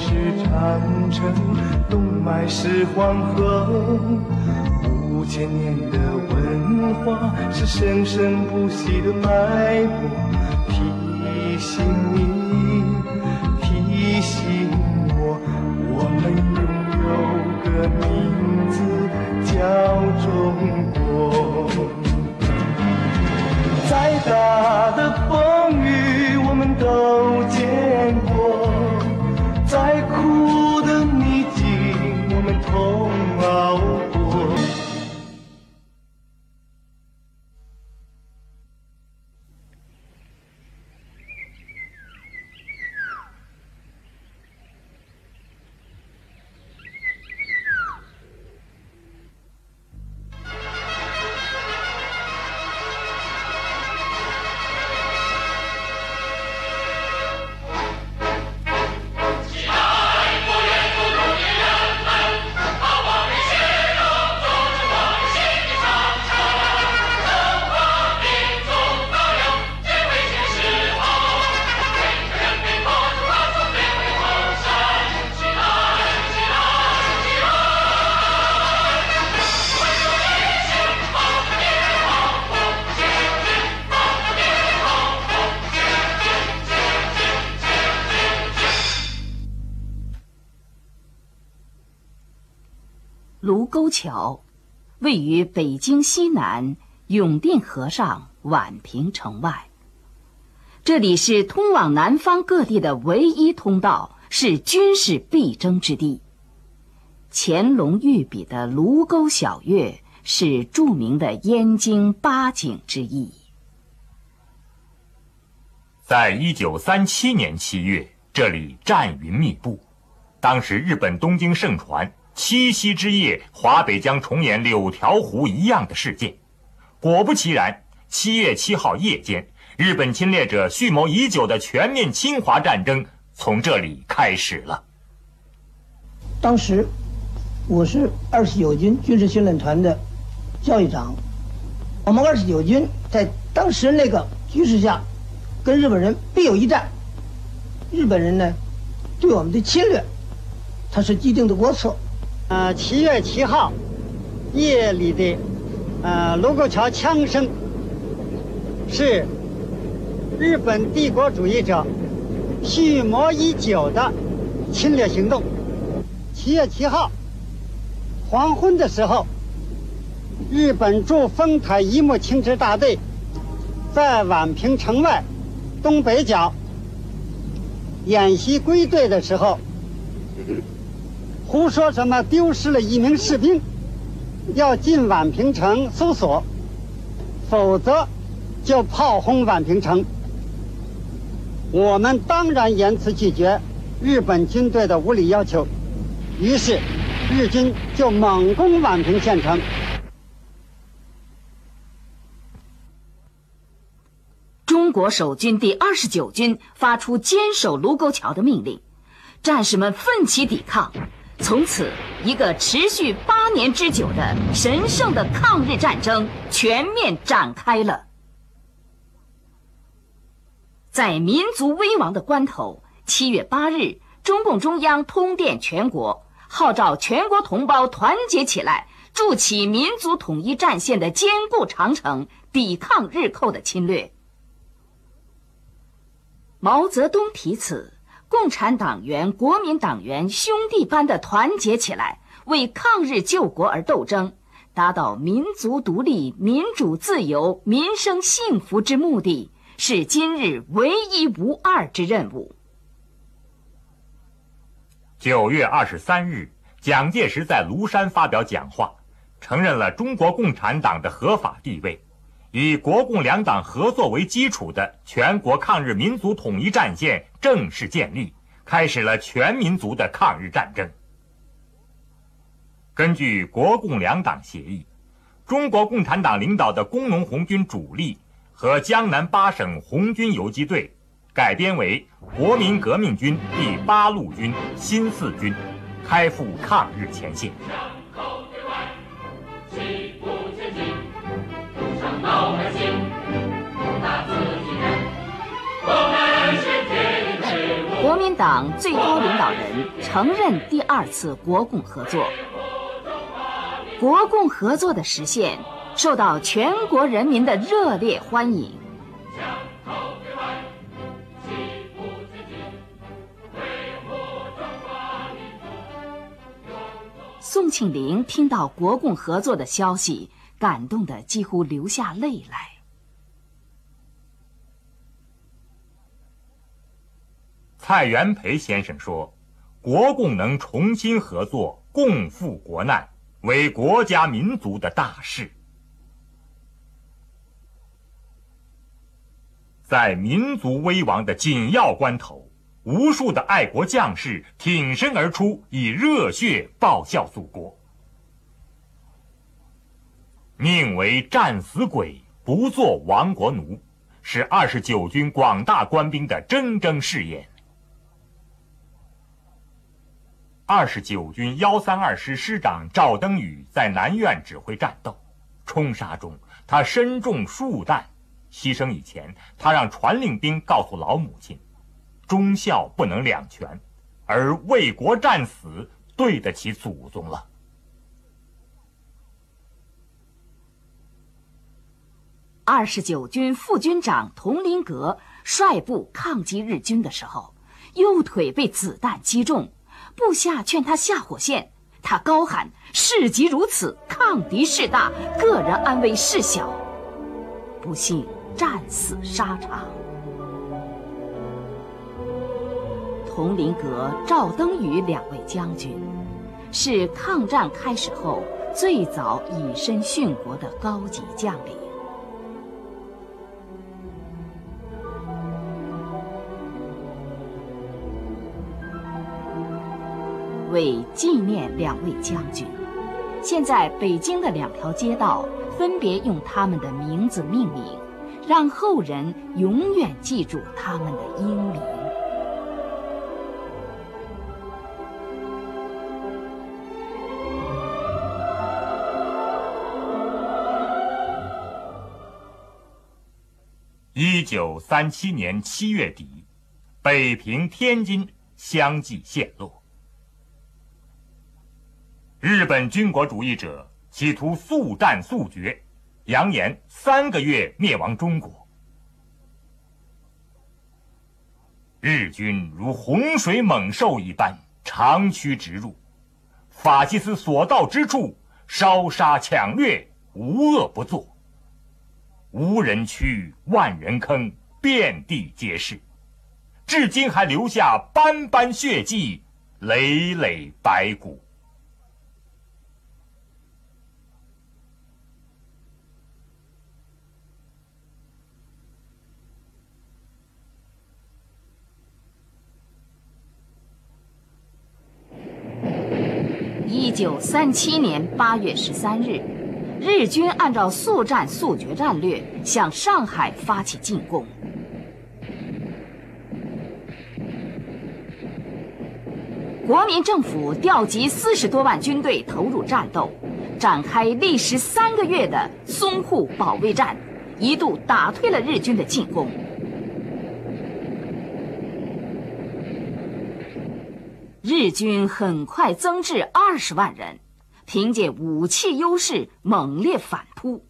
是长城，东脉是黄河，5000年的文化是生生不息的脉搏，提醒你，提醒我，我们拥有个名字叫中国。再大的风雨我们都见过，再苦的逆境我们同熬过。 卢沟桥位于北京西南永定河上宛平城外，这里是通往南方各地的唯一通道，是军事必争之地。乾隆御笔的卢沟晓月是著名的燕京八景之一。 在1937年7月，这里战云密布，当时日本东京盛传七夕之夜，华北将重演柳条湖一样的事件。果不其然，7月7号夜间，日本侵略者蓄谋已久的全面侵华战争从这里开始了。 当时我是29军军事训练团的教育长，我们29军在当时那个局势下，跟日本人必有一战。日本人呢，对我们的侵略，它是既定的国策。 7月7号夜里的卢沟桥枪声，是日本帝国主义者蓄谋已久的侵略行动。7月7号黄昏的时候，日本驻丰台一木轻支大队在宛平城外东北角演习归队的时候，胡说什么丢失了1名士兵，要进宛平城搜索，否则就炮轰宛平城。我们当然严词拒绝日本军队的无理要求，于是日军就猛攻宛平县城。 中国守军第29军发出坚守卢沟桥的命令，战士们奋起抵抗。从此，一个持续8年之久的神圣的抗日战争全面展开了。在民族危亡的关头，7月8日，中共中央通电全国，号召全国同胞团结起来，筑起民族统一战线的坚固长城，抵抗日寇的侵略。毛泽东题词，共产党员、国民党员兄弟般的团结起来，为抗日救国而斗争，达到民族独立、民主自由、民生幸福之目的，是今日唯一无二之任务。 9月23日，蒋介石在庐山发表讲话，承认了中国共产党的合法地位，以国共两党合作为基础的全国抗日民族统一战线正式建立，开始了全民族的抗日战争。根据国共两党协议，中国共产党领导的工农红军主力和江南8省红军游击队改编为国民革命军第8路军新4军，开赴抗日前线。 国民党最高领导人承认第2次国共合作。国共合作的实现受到全国人民的热烈欢迎。宋庆龄听到国共合作的消息，感动得几乎流下泪来。 蔡元培先生说，国共能重新合作，共赴国难，为国家民族的大事。在民族危亡的紧要关头，无数的爱国将士挺身而出，以热血报效祖国。宁为战死鬼，不做亡国奴，是29军广大官兵的铮铮誓言。29军132师师长赵登禹在南苑指挥战斗，冲杀中他身中数弹，牺牲以前，他让传令兵告诉老母亲，忠孝不能两全，而为国战死对得起祖宗了。 29军副军长佟麟阁率部抗击日军的时候，右腿被子弹击中，部下劝他下火线，他高喊事即如此，抗敌事大，个人安危事小，不幸战死沙场。佟麟阁、赵登禹2位将军是抗战开始后最早以身殉国的高级将领。为纪念2位将军，现在北京的2条街道分别用他们的名字命名，让后人永远记住他们的英名。 1937年7月底，北平、天津相继陷落。日本军国主义者企图速战速决，扬言3个月灭亡中国。日军如洪水猛兽一般长驱直入，法西斯所到之处，烧杀抢掠，无恶不作。无人区，万人坑，遍地皆是，至今还留下斑斑血迹，累累白骨。 1937年8月13日，日军按照速战速决战略向上海发起进攻。国民政府调集40多万军队投入战斗，展开历时3个月的淞沪保卫战，一度打退了日军的进攻。日军很快增至20万人，凭借武器优势猛烈反扑。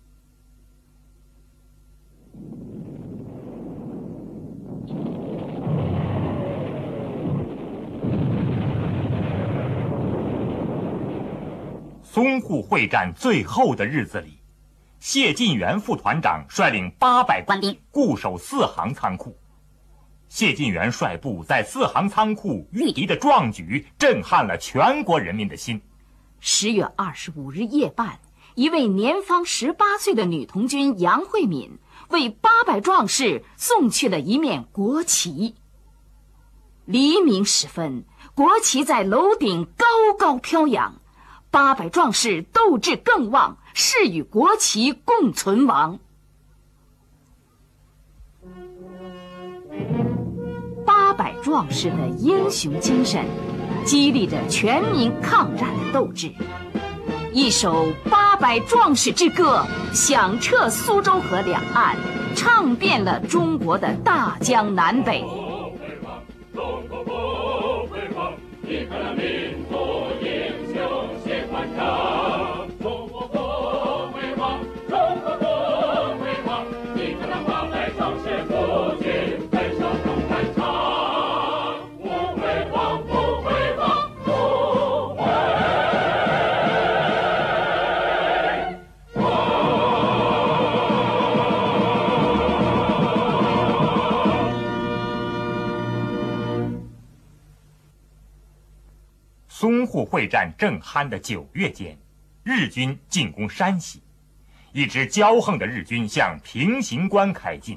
淞沪会战最后的日子里，谢晋元副团长率领800官兵固守4行仓库。谢晋元率部在4行仓库御敌的壮举，震撼了全国人民的心。 10月25日夜半，一位年方18岁的女童军杨慧敏为800壮士送去了一面国旗。黎明时分，国旗在楼顶高高飘扬，800壮士斗志更旺，誓与国旗共存亡。800壮士的英雄精神激励着全民抗战的斗志。一首800壮士之歌响彻苏州河两岸，唱遍了中国的大江南北。 一个人民族英雄血贯肠，中国共为王，中国共为王，一个人马来壮士不惧焚烧共战场，不为王，不为王，不为王。 淞沪会战正酣的9月间，日军进攻山西，一支骄横的日军向平型关开进。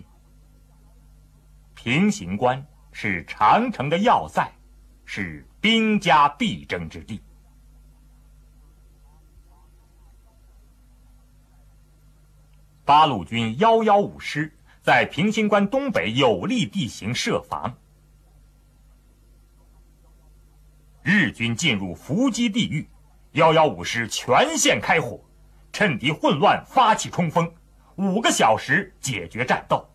平型关是长城的要塞，是兵家必争之地。八路军115师在平型关东北有利地形设防。日军进入伏击地域，115师全线开火，趁敌混乱发起冲锋，5个小时解决战斗。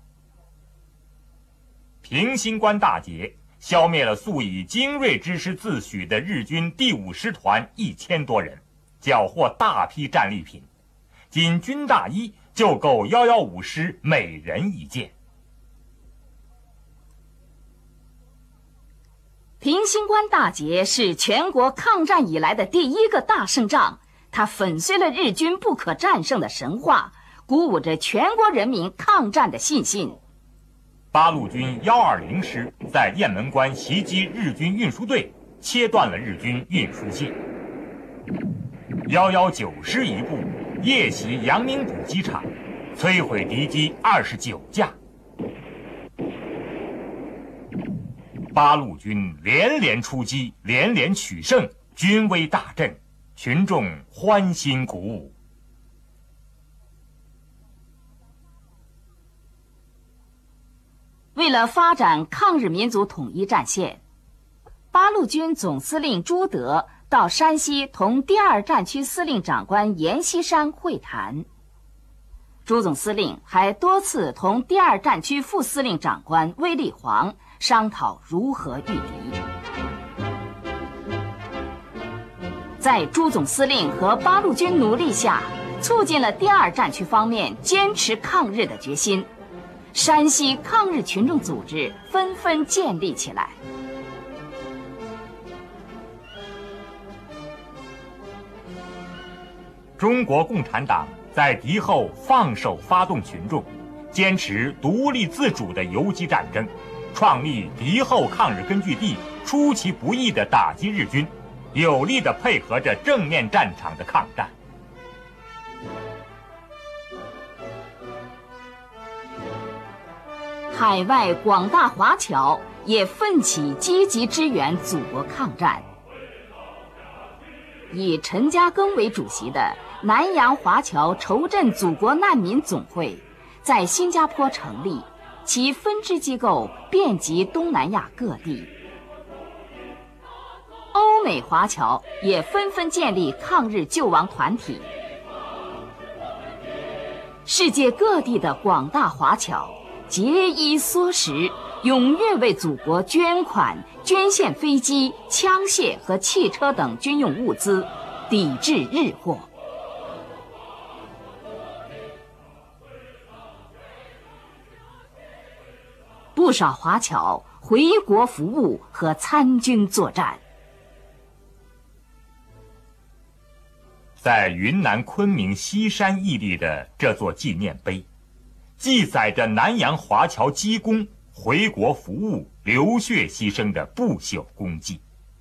平型关大捷，消灭了素以精锐之师自诩的日军第5师团1000多人，缴获大批战利品，仅军大衣就够115师每人1件。 平型关大捷是全国抗战以来的第1个大胜仗，它粉碎了日军不可战胜的神话，鼓舞着全国人民抗战的信心。 八路军120师在雁门关袭击日军运输队，切断了日军运输线。119师一部夜袭阳明堡机场，摧毁敌机29架。八路军连连出击，连连取胜，军威大振，群众欢欣鼓舞。 为了发展抗日民族统一战线，八路军总司令朱德到山西同第2战区司令长官阎锡山会谈。朱总司令还多次同第2战区副司令长官卫立煌商讨如何御敌。在朱总司令和八路军努力下，促进了第2战区方面坚持抗日的决心，山西抗日群众组织纷纷建立起来。 中国共产党在敌后放手发动群众，坚持独立自主的游击战争，创立敌后抗日根据地，出其不意地打击日军，有力地配合着正面战场的抗战。 海外广大华侨也奋起积极支援祖国抗战。以陈嘉庚为主席的南洋华侨筹赈祖国难民总会在新加坡成立，其分支机构遍及东南亚各地。欧美华侨也纷纷建立抗日救亡团体。世界各地的广大华侨节衣缩食，踊跃为祖国捐款、捐献飞机、枪械和汽车等军用物资，抵制日货。不少华侨回国服务和参军作战。 在云南昆明西山屹立的这座纪念碑，记载着南洋华侨积功、回国服务、流血牺牲的不朽功绩。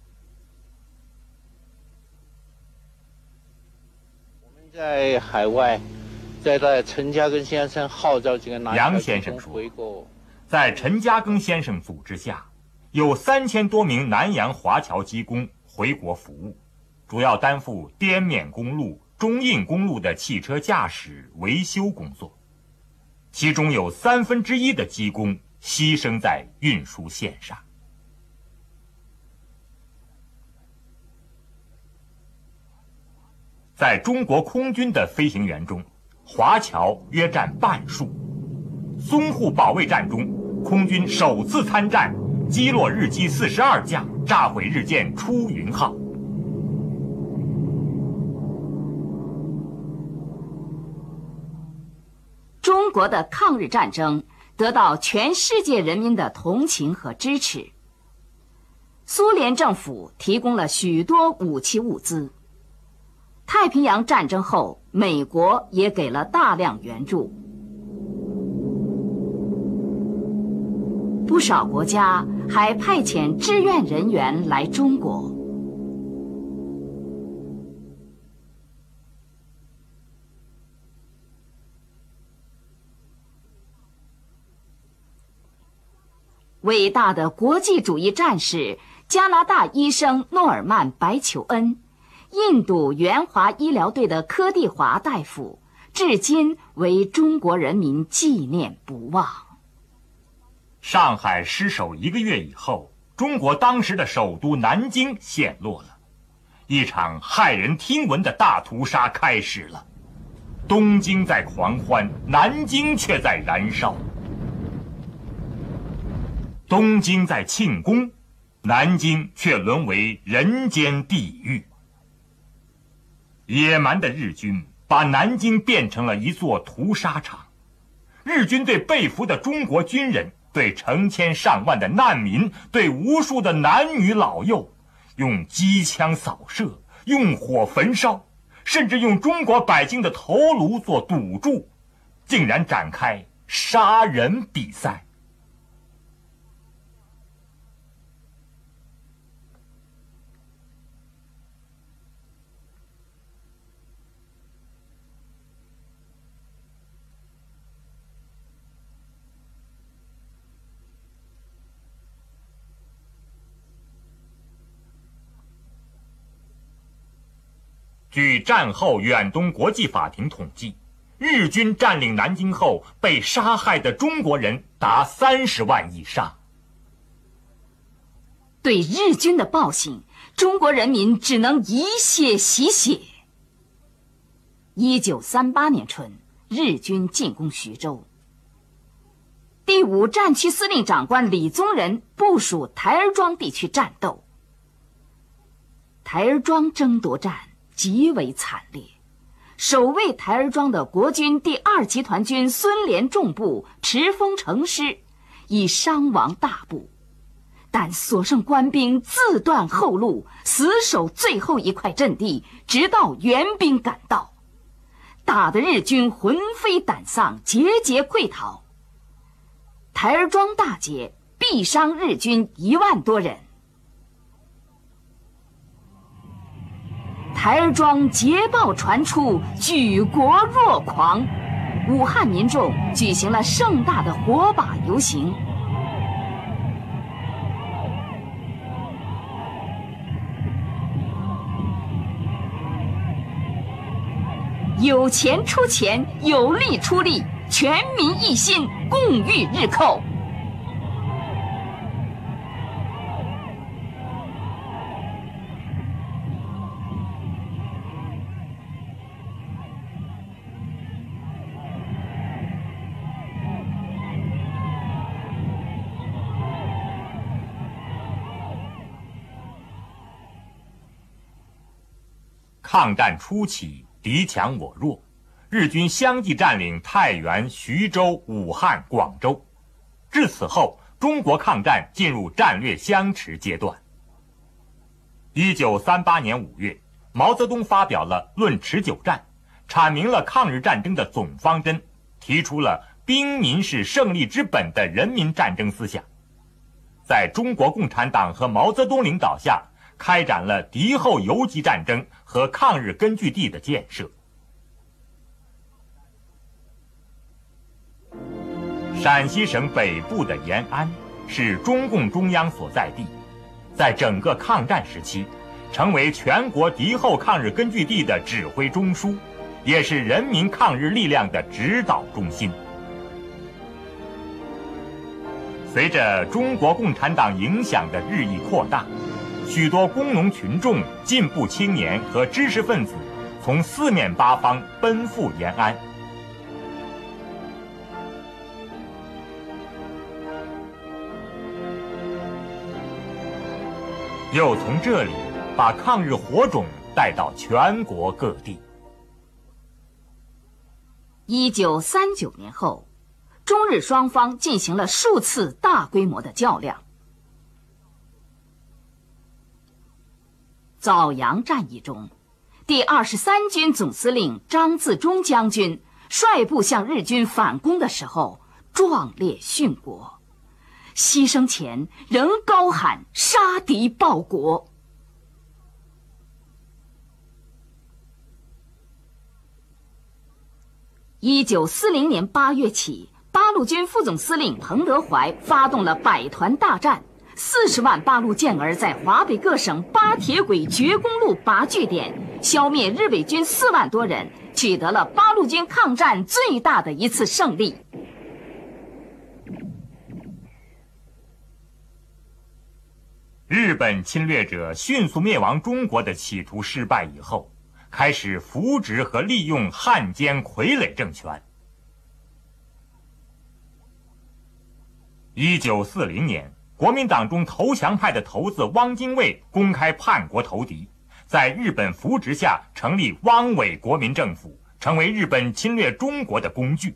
我们在海外，在陈嘉庚先生号召这个南杨先生说，在陈嘉庚先生组织下，有3000多名南洋华侨积功回国服务，主要担负滇缅公路、中印公路的汽车驾驶、维修工作，其中有1/3的积功牺牲在运输线上。在中国空军的飞行员中，华侨约占半数。淞沪保卫战中，空军首次参战， 击落日机42架，炸毁日舰出云号。 中国的抗日战争得到全世界人民的同情和支持。苏联政府提供了许多武器物资。太平洋战争后，美国也给了大量援助。不少国家还派遣志愿人员来中国。伟大的国际主义战士加拿大医生诺尔曼·白求恩，印度援华医疗队的柯蒂华大夫，至今为中国人民纪念不忘。 上海失守1个月以后，中国当时的首都南京陷落了，一场骇人听闻的大屠杀开始了。东京在狂欢，南京却在燃烧。东京在庆功，南京却沦为人间地狱。野蛮的日军把南京变成了一座屠杀场，日军对被俘的中国军人，对成千上万的难民，对无数的男女老幼，用机枪扫射，用火焚烧，甚至用中国百姓的头颅做赌注，竟然展开杀人比赛。据战后远东国际法庭统计，日军占领南京后被杀害的中国人达30万以上。 对日军的暴行，中国人民只能以血洗血。1938年春，日军进攻徐州，第5战区司令长官李宗仁部署台儿庄地区战斗。台儿庄争夺战极为惨烈，守卫台儿庄的国军第2集团军孙连仲部持锋城师已伤亡大部，但所剩官兵自断后路，死守最后一块阵地，直到援兵赶到，打得日军魂飞胆丧，节节溃逃。台儿庄大捷，毙伤日军1万多人。台儿庄捷报传出，举国若狂，武汉民众举行了盛大的火把游行。有钱出钱，有力出力，全民一心，共御日寇。 抗战初期，敌强我弱，日军相继占领太原、徐州、武汉、广州。至此后，中国抗战进入战略相持阶段。1938年5月，毛泽东发表了《论持久战》，阐明了抗日战争的总方针，提出了兵民是胜利之本的人民战争思想。在中国共产党和毛泽东领导下，开展了敌后游击战争和抗日根据地的建设。陕西省北部的延安是中共中央所在地，在整个抗战时期，成为全国敌后抗日根据地的指挥中枢，也是人民抗日力量的指导中心。随着中国共产党影响的日益扩大，许多工农群众、进步青年和知识分子从四面八方奔赴延安。 又从这里把抗日火种带到全国各地。 1939年后，中日双方进行了数次大规模的较量。枣阳战役中，第23军总司令张自忠将军率部向日军反攻的时候，壮烈殉国，牺牲前仍高喊杀敌报国。1940年8月起，八路军副总司令彭德怀发动了百团大战，40万八路健儿在华北各省八铁轨绝公路拔据点，消灭日伪军4万多人，取得了八路军抗战最大的一次胜利。 日本侵略者迅速灭亡中国的企图失败以后，开始扶植和利用汉奸傀儡政权。1940年，国民党中投降派的头子汪精卫公开叛国投敌，在日本扶植下成立汪伪国民政府，成为日本侵略中国的工具。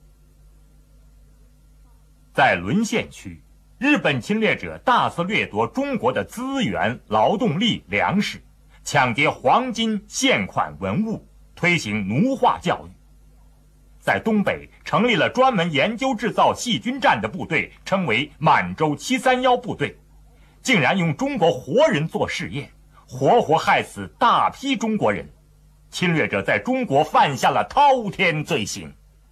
在沦陷区，日本侵略者大肆掠夺中国的资源、劳动力、粮食，抢劫黄金、现款文物，推行奴化教育。在东北成立了专门研究制造细菌战的部队，称为满洲731部队，竟然用中国活人做试验，活活害死大批中国人。侵略者在中国犯下了滔天罪行。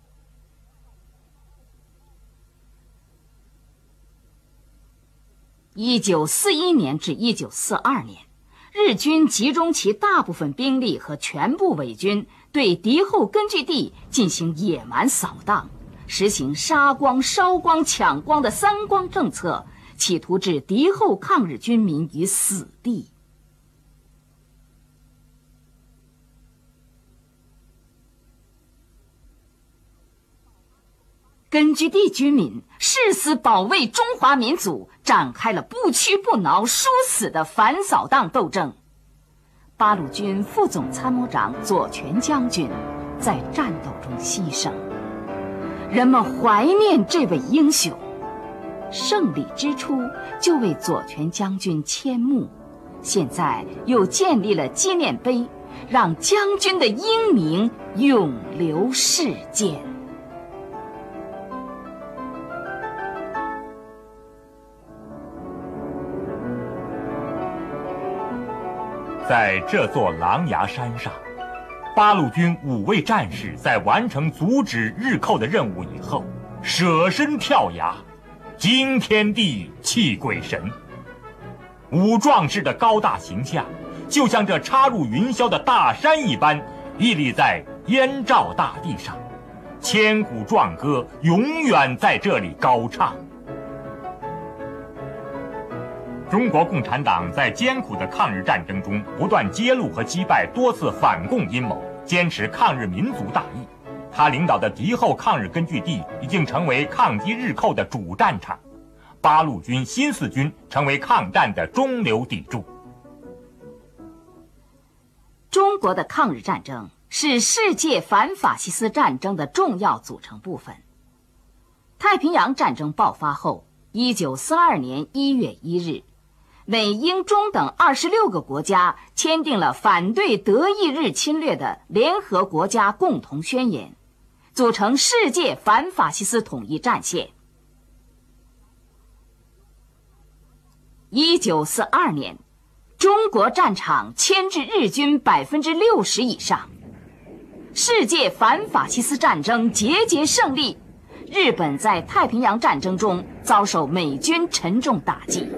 1941年至1942年，日军集中其大部分兵力和全部伪军，对敌后根据地进行野蛮扫荡，实行杀光、烧光、抢光的3光政策，企图置敌后抗日军民于死地。根据地居民誓死保卫中华民族，展开了不屈不挠、殊死的反扫荡斗争。八路军副总参谋长左权将军在战斗中牺牲，人们怀念这位英雄。胜利之初就为左权将军迁墓，现在又建立了纪念碑，让将军的英名永留世间。 在这座狼牙山上，八路军5位战士在完成阻止日寇的任务以后，舍身跳崖，惊天地泣鬼神。武壮士的高大形象，就像这插入云霄的大山一般，屹立在燕赵大地上，千古壮歌永远在这里高唱。中国共产党在艰苦的抗日战争中不断揭露和击败多次反共阴谋，坚持抗日民族大义。他领导的敌后抗日根据地已经成为抗击日寇的主战场，八路军、新四军成为抗战的中流砥柱。 中国的抗日战争是世界反法西斯战争的重要组成部分。太平洋战争爆发后，1942年1月1日，美、英、中等26个国家签订了反对德意日侵略的联合国家共同宣言，组成世界反法西斯统一战线。1942年，中国战场牵制日军60%以上，世界反法西斯战争节节胜利。日本在太平洋战争中遭受美军沉重打击。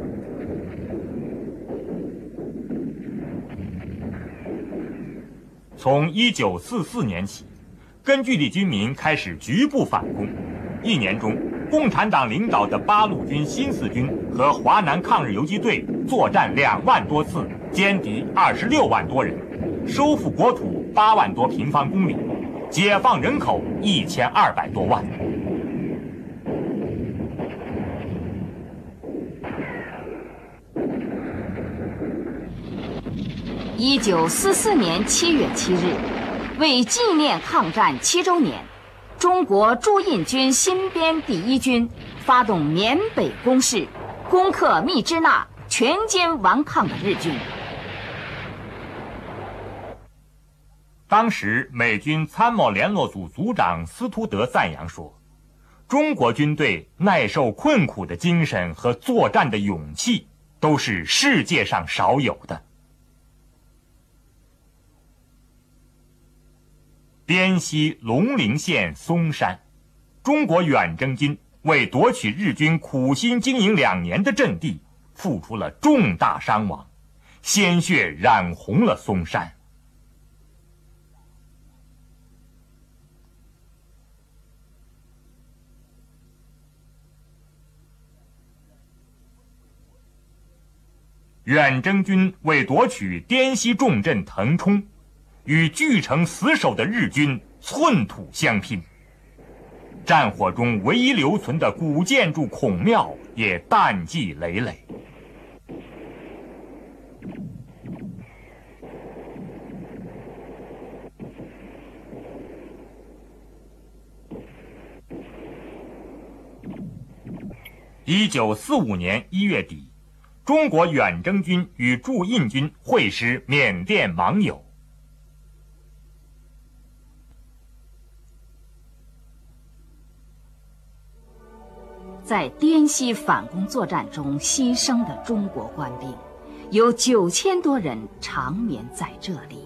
从1944年起，根据地军民开始局部反攻。1年中，共产党领导的八路军、新四军和华南抗日游击队作战2万多次，歼敌26万多人，收复国土8万多平方公里，解放人口1200多万。 1944年7月7日，为纪念抗战7周年，中国驻印军新编第1军发动缅北攻势，攻克密支那，全歼顽抗的日军。 当时美军参谋联络组组长斯图德赞扬说，中国军队耐受困苦的精神和作战的勇气都是世界上少有的。滇西龙陵县松山，中国远征军为夺取日军苦心经营2年的阵地，付出了重大伤亡，鲜血染红了松山。远征军为夺取滇西重镇腾冲，与据城死守的日军寸土相拼。战火中唯一留存的古建筑孔庙也弹迹累累。1945年1月底，中国远征军与驻印军会师缅甸芒友。 在滇西反攻作战中牺牲的中国官兵，有9000多人长眠在这里。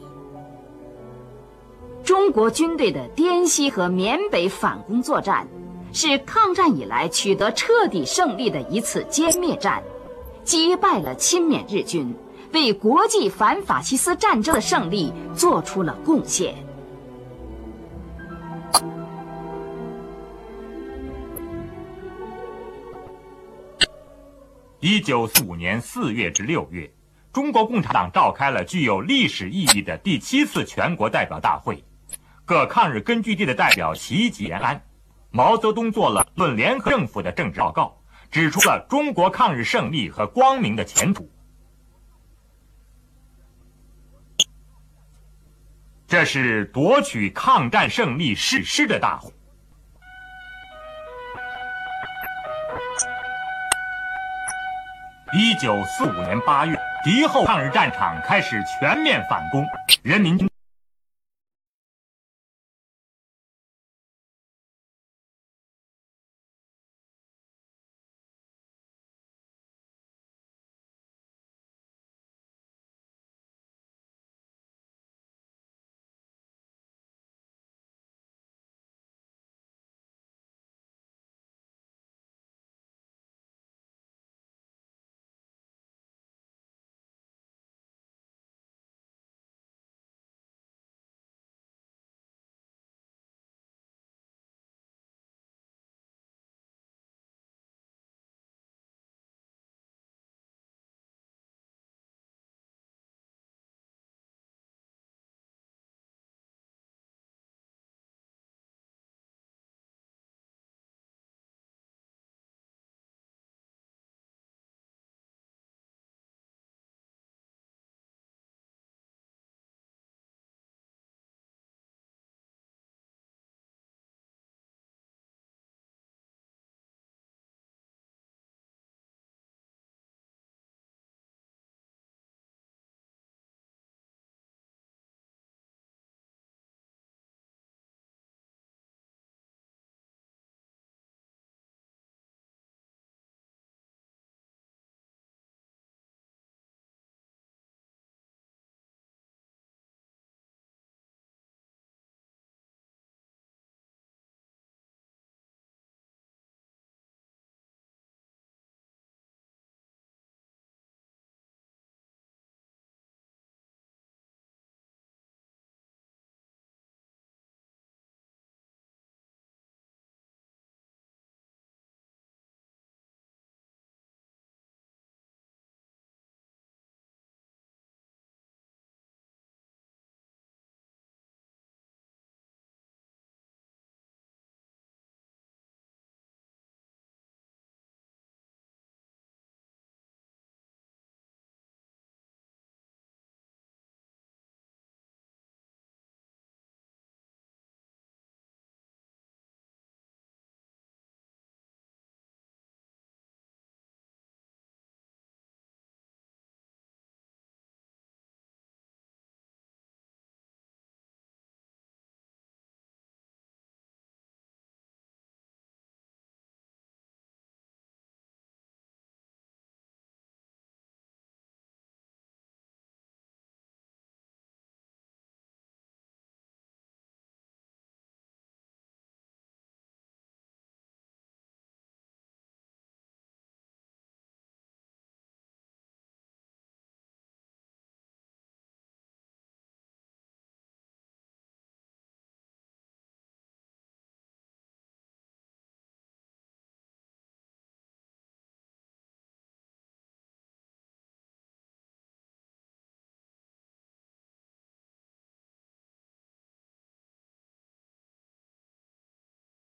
中国军队的滇西和缅北反攻作战，是抗战以来取得彻底胜利的一次歼灭战，击败了亲缅日军，为国际反法西斯战争的胜利做出了贡献。 1945年4月至6月，中国共产党召开了具有历史意义的第7次全国代表大会，各抗日根据地的代表齐集延安。毛泽东做了论联合政府的政治报告，指出了中国抗日胜利和光明的前途。这是夺取抗战胜利誓师的大会。1945年8月，敌后抗日战场开始全面反攻，人民军